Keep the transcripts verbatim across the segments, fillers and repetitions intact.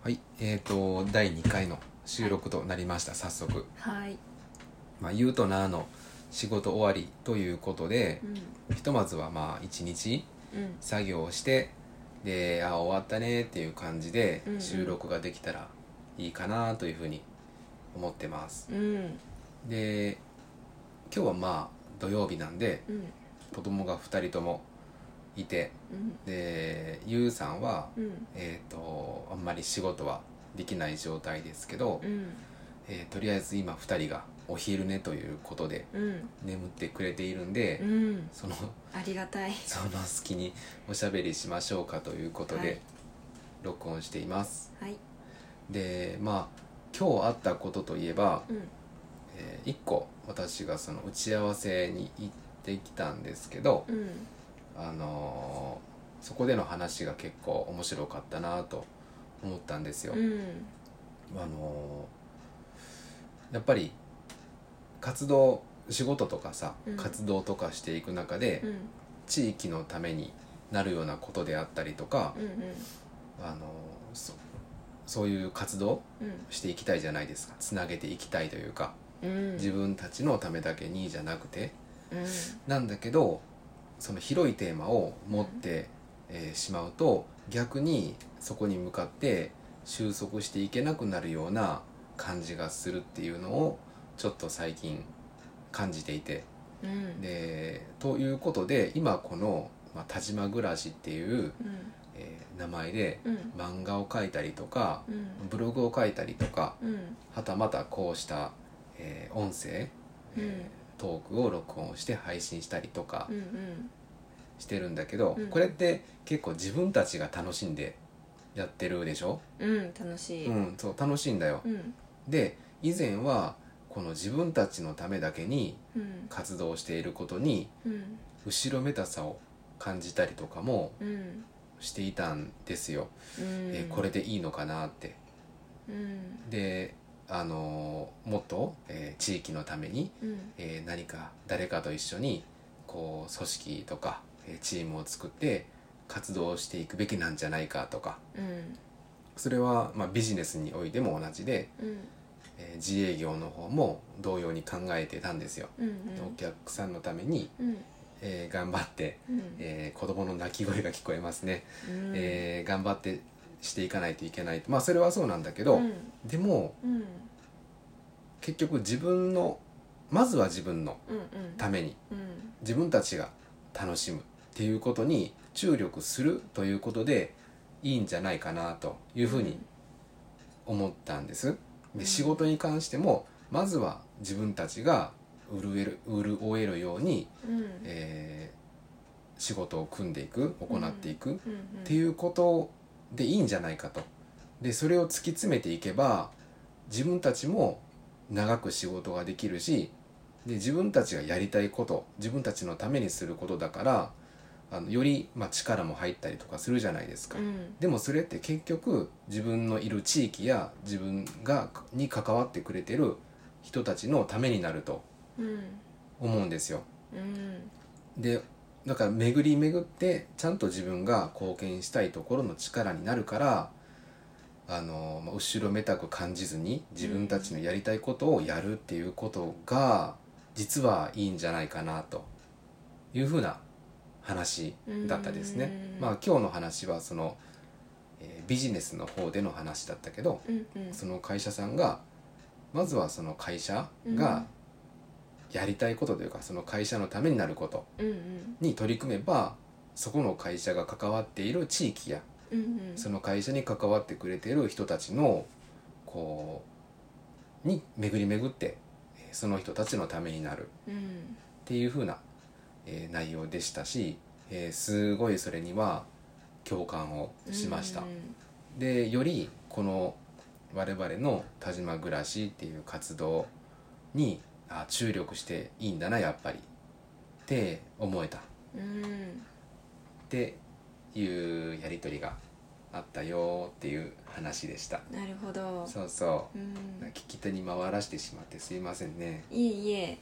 はい、えーとだいにかいの収録となりました。早速、 はい、 まあ、言うとなの仕事終わりということで、 うん、 ひとまずはまあいちにちうん作業をして、であ終わったねっていう感じでうんうん収録ができたらいいかなというふうに思ってます。 うんで今日はまあ土曜日なんでうん子供がふたりともいて、 うんでゆうさんは、 うんえーとあんまり仕事はできない状態ですけど、 うんえーとりあえず今ふたりがお昼寝ということでうん眠ってくれているんで、 うんそのありがたい。 その隙におしゃべりしましょうかということで、 はい録音しています。 はいでまあ今日あったことといえば、 うんえーいっこ私がその打ち合わせに行ってきたんですけど、 うんあのーそこでの話が結構面白かったなと思ったんですよ。 うんあのーやっぱり活動仕事とかさ、 うん活動とかしていく中で、 うん地域のためになるようなことであったりとか、 うんあのーそそういう活動うんしていきたいじゃないですか。つなげていきたいというか、 うん自分たちのためだけにじゃなくてうんなんだけど、その広いテーマを持って、えーしまうと逆にそこに向かって収束していけなくなるような感じがするっていうのをちょっと最近感じていて、 うんでということで今この、まあ、田島暮らしっていう、 うんえー名前でうん漫画を描いたりとか、 うんブログを書いたりとか、 うんはたまたこうした、えー音声、えーうんトークを録音して配信したりとかうんしてるんだけど、 うんこれって結構自分たちが楽しんでやってるでしょ。 うん楽しい。 うんそう楽しいんだよ。 うんで以前はこの自分たちのためだけにうん活動していることにうん後ろめたさを感じたりとかもうんしていたんですよ。 うんえーこれでいいのかなって。 うんであのーもっと、えー地域のために、 うんえー何か誰かと一緒にこう組織とか、えーチームを作って活動していくべきなんじゃないかとか、 うんそれは、まあ、ビジネスにおいても同じで、 うんえー自営業の方も同様に考えてたんですよ。 うんお客さんのために、 うんえー頑張って、 うんえー子供の泣き声が聞こえますね、 うんえー頑張ってしていかないといけない。まあそれはそうなんだけど、 うんでもうん結局自分のまずは自分のうんためにうん自分たちが楽しむっていうことに注力するということでいいんじゃないかなというふうに思ったんです。で仕事に関してもまずは自分たちが潤える潤えるように、 うんえー仕事を組んでいく行っていくっうんていうことでいいんじゃないかと。でそれを突き詰めていけば自分たちも長く仕事ができるし、で自分たちがやりたいこと自分たちのためにすることだからあのより、まあ、力も入ったりとかするじゃないですか。 うんでもそれって結局自分のいる地域や自分がに関わってくれてる人たちのためになるとうん思うんですよ。 うんでだから巡り巡ってちゃんと自分が貢献したいところの力になるから、あのまあ後ろめたく感じずに自分たちのやりたいことをやるっていうことが実はいいんじゃないかなというふうな話だったですね。 うんまあ今日の話はその、えービジネスの方での話だったけど、 うんうんその会社さんがまずはその会社がやりたいことというか、その会社のためになることうんうんに取り組めばそこの会社が関わっている地域やうんうんその会社に関わってくれている人たちのこうに巡り巡ってえーその人たちのためになるうんっていう風な、えー内容でしたし、えーすごいそれには共感をしました。でよりこの我々の田島暮らしっていう活動にあ注力していいんだなやっぱりって思えたっうんていうやり取りがあったよっていう話でした。 なるほど。 そうそうう、 ん聞き手に回らしてしまってすいませんね。 いえいえ。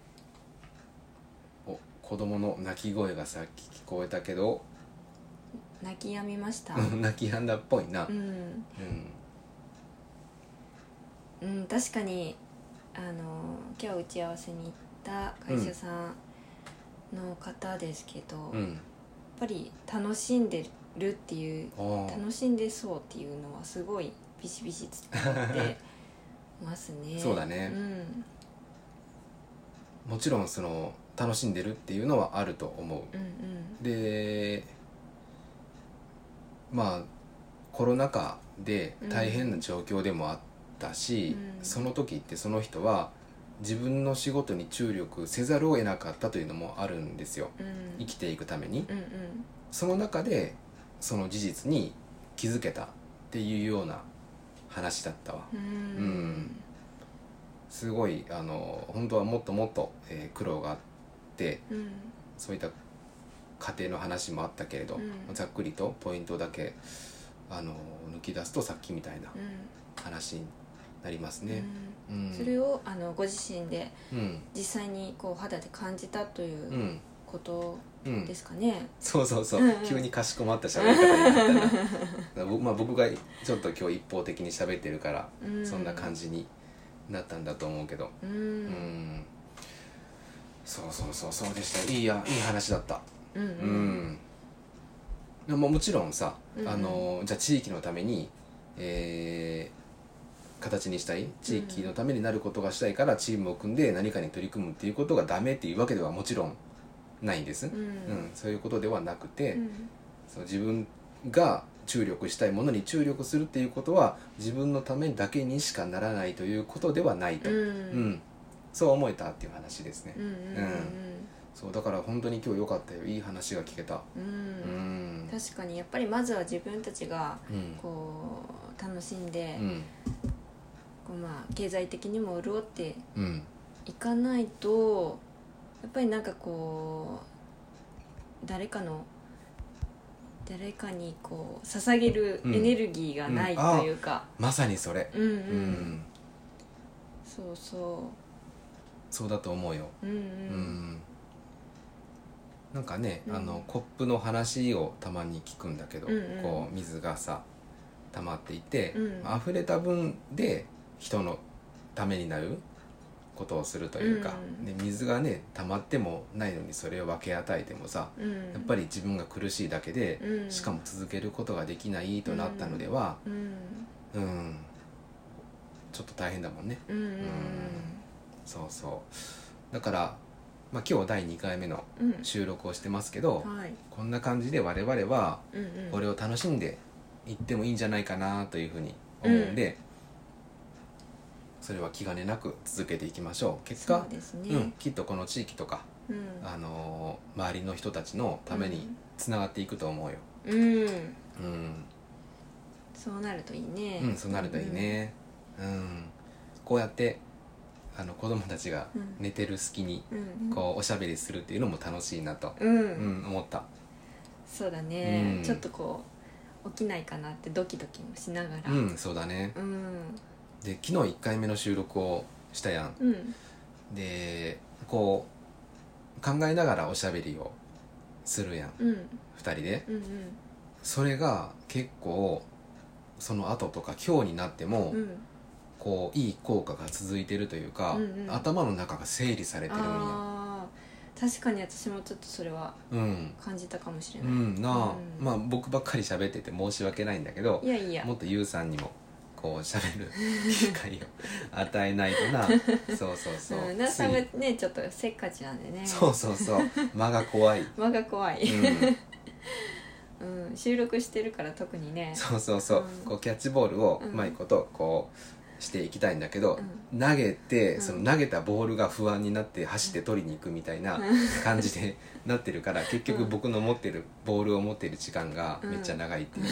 お子供の泣き声がさっき聞こえたけど泣き止みました。 泣き止んだっぽいな、 うんうんうん、確かにあの今日打ち合わせに行った会社さんの方ですけど、 うん、 やっぱり楽しんでるっていうあー楽しんでそうっていうのはすごいビシビシ伝わってますねそうだねうんもちろんその楽しんでるっていうのはあると思う。 うんでまあコロナ禍で大変な状況でもあったし、 うんその時ってその人は自分の仕事に注力せざるを得なかったというのもあるんですよ。 うんうん生きていくためにうんうんその中でその事実に気づけたっていうような話だったわ。 うんうんすごいあの本当はもっともっと、えー苦労があってうんそういった家庭の話もあったけれど、 うんざっくりとポイントだけあの抜き出すとさっきみたいなうん話になりますね。 ううんんそれをあのご自身でうん実際にこう肌で感じたといううんことうんですかね、 そうそうそう、 うんうん急にかしこまった喋り方になったな僕、まあ、僕がちょっと今日一方的に喋ってるから、 うんそんな感じになったんだと思うけどうんうんそうそうそうそうでした。いいやいい話だった。 うんううんんでももちろんさ、 うんうんあのじゃあ地域のために、えー形にしたい地域のためになることがしたいからチームを組んで何かに取り組むっていうことがダメっていうわけではもちろんないんです、 うんうんそういうことではなくて、 うんそう自分が注力したいものに注力するっていうことは自分のためだけにしかならないということではないと、 うんうんそう思えたっていう話ですね、 うんうんそうだから本当に今日良かったよ。いい話が聞けた。 うんううんん確かにやっぱりまずは自分たちがうんこう楽しんで、 うんこうまあ経済的にも潤ってうんいかないとやっぱりなんかこう誰かの誰かにこう捧げるエネルギーがないというか、 まさにそれ、 うんうん、 うんそうそそうだと思うよ。 う、うんううんんなんかね、 うんあのコップの話をたまに聞くんだけど、 うんうんこう水がさ溜まっていて、 うん溢れた分で人のためになることをするというか、 うんで水がね溜まってもないのにそれを分け与えてもさ、 うん、 やっぱり自分が苦しいだけで、 うんしかも続けることができないとなったのでは、 うんうんちょっと大変だもんね。 うんうんそうそうだから、まあ、今日だいにかいめのうん収録をしてますけど、 はいこんな感じで我々はうんうんこれを楽しんでいってもいいんじゃないかなというふうに思うんで、それは気兼ねなく続けていきましょう。結果そうですね、 うん、きっとこの地域とか、 うんあのー周りの人たちのためにつながっていくと思うよ。 うん、 うん、 そうなるといいね。 うん、そうなるといいね。うん、こうやってあの子供たちがうん寝てる隙にうん、 こうおしゃべりするっていうのも楽しいなと、 うん、 うん、思った。 そうだね、 うんちょっとこう起きないかなってドキドキもしながら、 うん、そうだね。 うんで昨日いっかいめの収録をしたやん。 うんでこう考えながらおしゃべりをするやん、 うんふたりで。 うんそれが結構その後とか今日になっても、 うんこういい効果が続いてるというか、 うんうん頭の中が整理されてるんや。 あー確かに私もちょっとそれはうん感じたかもしれうない、 んなあ、 うんまあ僕ばっかり喋ってて申し訳ないんだけど、 いやいやもっとゆうさんにもこう喋る機会を与えないとな。そうそうそう、 うん、那須さんがついねちょっとせっかちなんでねそうそうそう間が怖い、 間が怖い、 うん、 うん、収録してるから特にねそうそうそう、 うんこうキャッチボールをうんうまいことこうしていきたいんだけど、 う投げて、 うんその投げたボールが不安になって走って取りに行くみたいな感じでなってるから結局僕の持ってるボールを持ってる時間がめっちゃ長いっていう、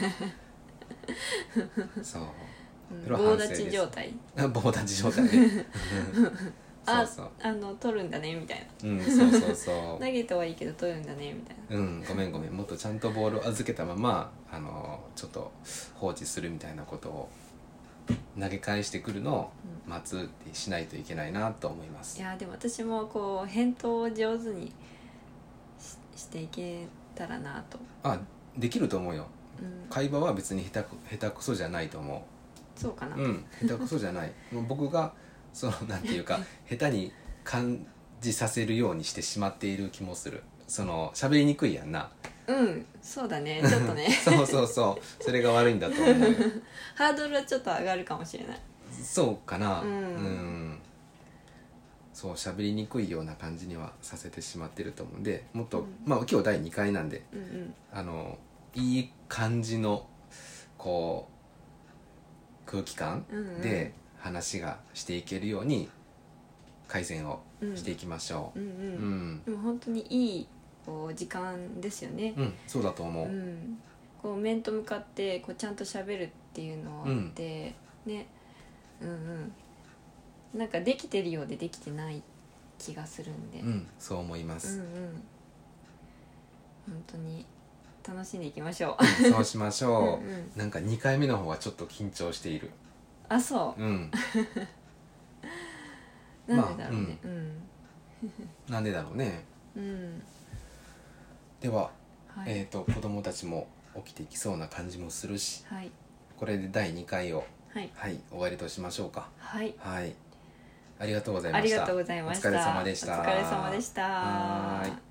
そううんそれは棒反省です立ち状態棒立ち状態ねあそうそうあの取るんだねみたいなうんそうそうそう投げたはいいけど取るんだねみたいなうんごめんごめんもっとちゃんとボールを預けたままあのちょっと放置するみたいなことを投げ返してくるのを待つってしないといけないなと思います。 いやでも私もこう返答を上手に し, していけたらなと、 あできると思うよ。 うん、 会話は別に下手く下手くそじゃないと思そうかな、 うん下手くそじゃないもう僕がそのなんていうか下手に感じさせるようにしてしまっている気もする。その喋りにくいやんな。 うんそうだねちょっとねそうそうそうそれが悪いんだと思うよ。 ハードルはちょっと上がるかもしれない。 そうかな。 うんんそう喋りにくいような感じにはさせてしまってると思うんで、もっと、 うんまあ今日だいにかいなんで、 うんうんあのいい感じのこう空気感うんうんで話がしていけるように改善をしていきましょう。 うんううんん、 でも本当にいいこう時間ですよね。 うん、そうだと思う。 うんこう面と向かってこうちゃんと喋るっていうのって、ねうんうんなんかできてるようでできてない気がするんで、 うん、そう思いまうんうす。 ん本当に楽しんでいきましょそうしましょう。 うんうんなんかにかいめの方はちょっと緊張している。 う。あそうん、 うなんでだろうね、 なんでだろうね。 うんうんでは、 はい、 えっ、と子供たちも起きていきそうな感じもするし、 はいこれでだいにかいをはいはい終わりとしましょうか。 はいはい、ありがとうございありました。 がとうございました。 お疲れ様でした。 お疲れ様でした。 はーい。